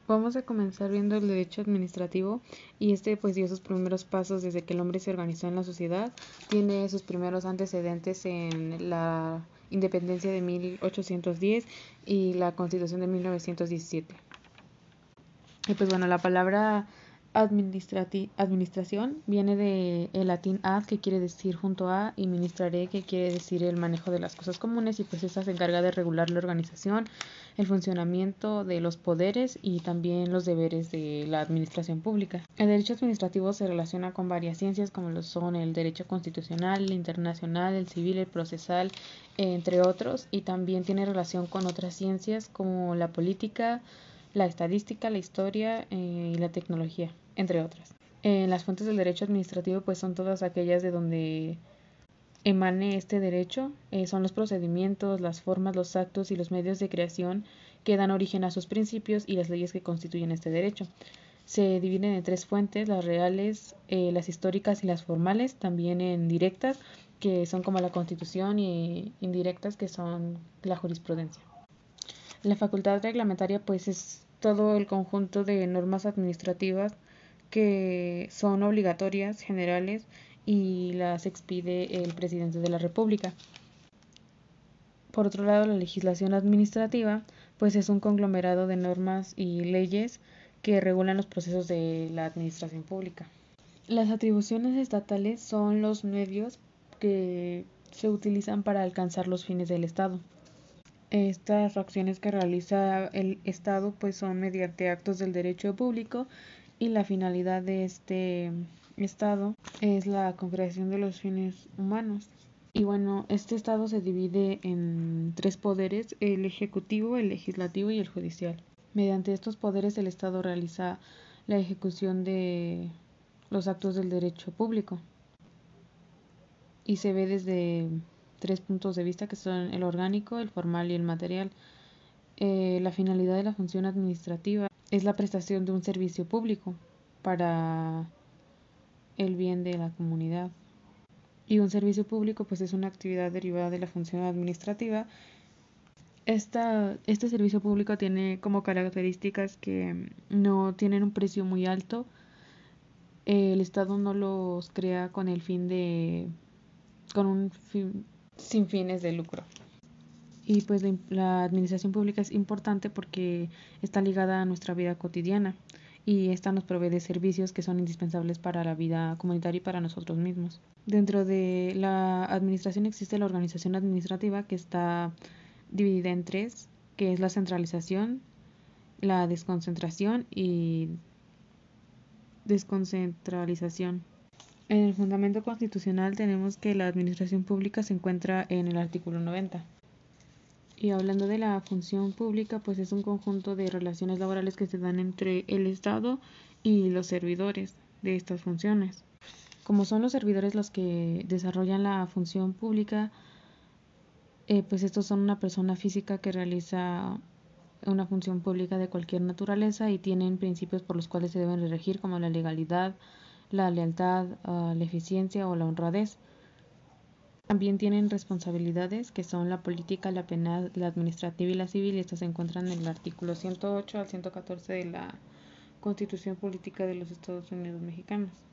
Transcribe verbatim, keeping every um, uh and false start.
Vamos a comenzar viendo el derecho administrativo y este pues dio sus primeros pasos desde que el hombre se organizó en la sociedad. Tiene sus primeros antecedentes en la independencia de mil ochocientos diez y la constitución de mil novecientos diecisiete. Y pues bueno, la palabra administrati- administración viene del latín ad, que quiere decir junto a, y ministrare, que quiere decir el manejo de las cosas comunes, y pues esta se encarga de regular la organización, el funcionamiento de los poderes y también los deberes de la administración pública. El derecho administrativo se relaciona con varias ciencias como lo son el derecho constitucional, el internacional, el civil, el procesal, entre otros, y también tiene relación con otras ciencias como la política, la estadística, la historia eh, y la tecnología, entre otras. Eh, las fuentes del derecho administrativo pues son todas aquellas de donde emane este derecho, eh, son los procedimientos, las formas, los actos y los medios de creación que dan origen a sus principios y las leyes que constituyen este derecho. Se dividen en tres fuentes, las reales, eh, las históricas y las formales, también en directas, que son como la Constitución, y indirectas, que son la jurisprudencia. La facultad reglamentaria pues es todo el conjunto de normas administrativas que son obligatorias, generales, y las expide el presidente de la República. Por otro lado, la legislación administrativa pues es un conglomerado de normas y leyes que regulan los procesos de la administración pública. Las atribuciones estatales son los medios que se utilizan para alcanzar los fines del Estado. Estas acciones que realiza el Estado pues son mediante actos del derecho público, y la finalidad de este Estado es la concreción de los fines humanos. Y bueno, este Estado se divide en tres poderes: el ejecutivo, el legislativo y el judicial. Mediante estos poderes el Estado realiza la ejecución de los actos del derecho público y se ve desde tres puntos de vista, que son el orgánico, el formal y el material. Eh, la finalidad de la función administrativa es la prestación de un servicio público para el bien de la comunidad. Y un servicio público pues es una actividad derivada de la función administrativa. Esta, este servicio público tiene como características que no tienen un precio muy alto. El Estado no los crea con el fin de con un fin, sin fines de lucro. Y pues la, la administración pública es importante porque está ligada a nuestra vida cotidiana, y esta nos provee de servicios que son indispensables para la vida comunitaria y para nosotros mismos. Dentro de la administración existe la organización administrativa, que está dividida en tres, que es la centralización, la desconcentración y desconcentralización. En el fundamento constitucional tenemos que la administración pública se encuentra en el artículo noventa. Y hablando de la función pública, pues es un conjunto de relaciones laborales que se dan entre el Estado y los servidores de estas funciones. Como son los servidores los que desarrollan la función pública, eh, pues estos son una persona física que realiza una función pública de cualquier naturaleza y tienen principios por los cuales se deben regir, como la legalidad, la lealtad, uh, la eficiencia o la honradez. También tienen responsabilidades que son la política, la penal, la administrativa y la civil, y estas se encuentran en el artículo ciento ocho al ciento catorce de la Constitución Política de los Estados Unidos Mexicanos.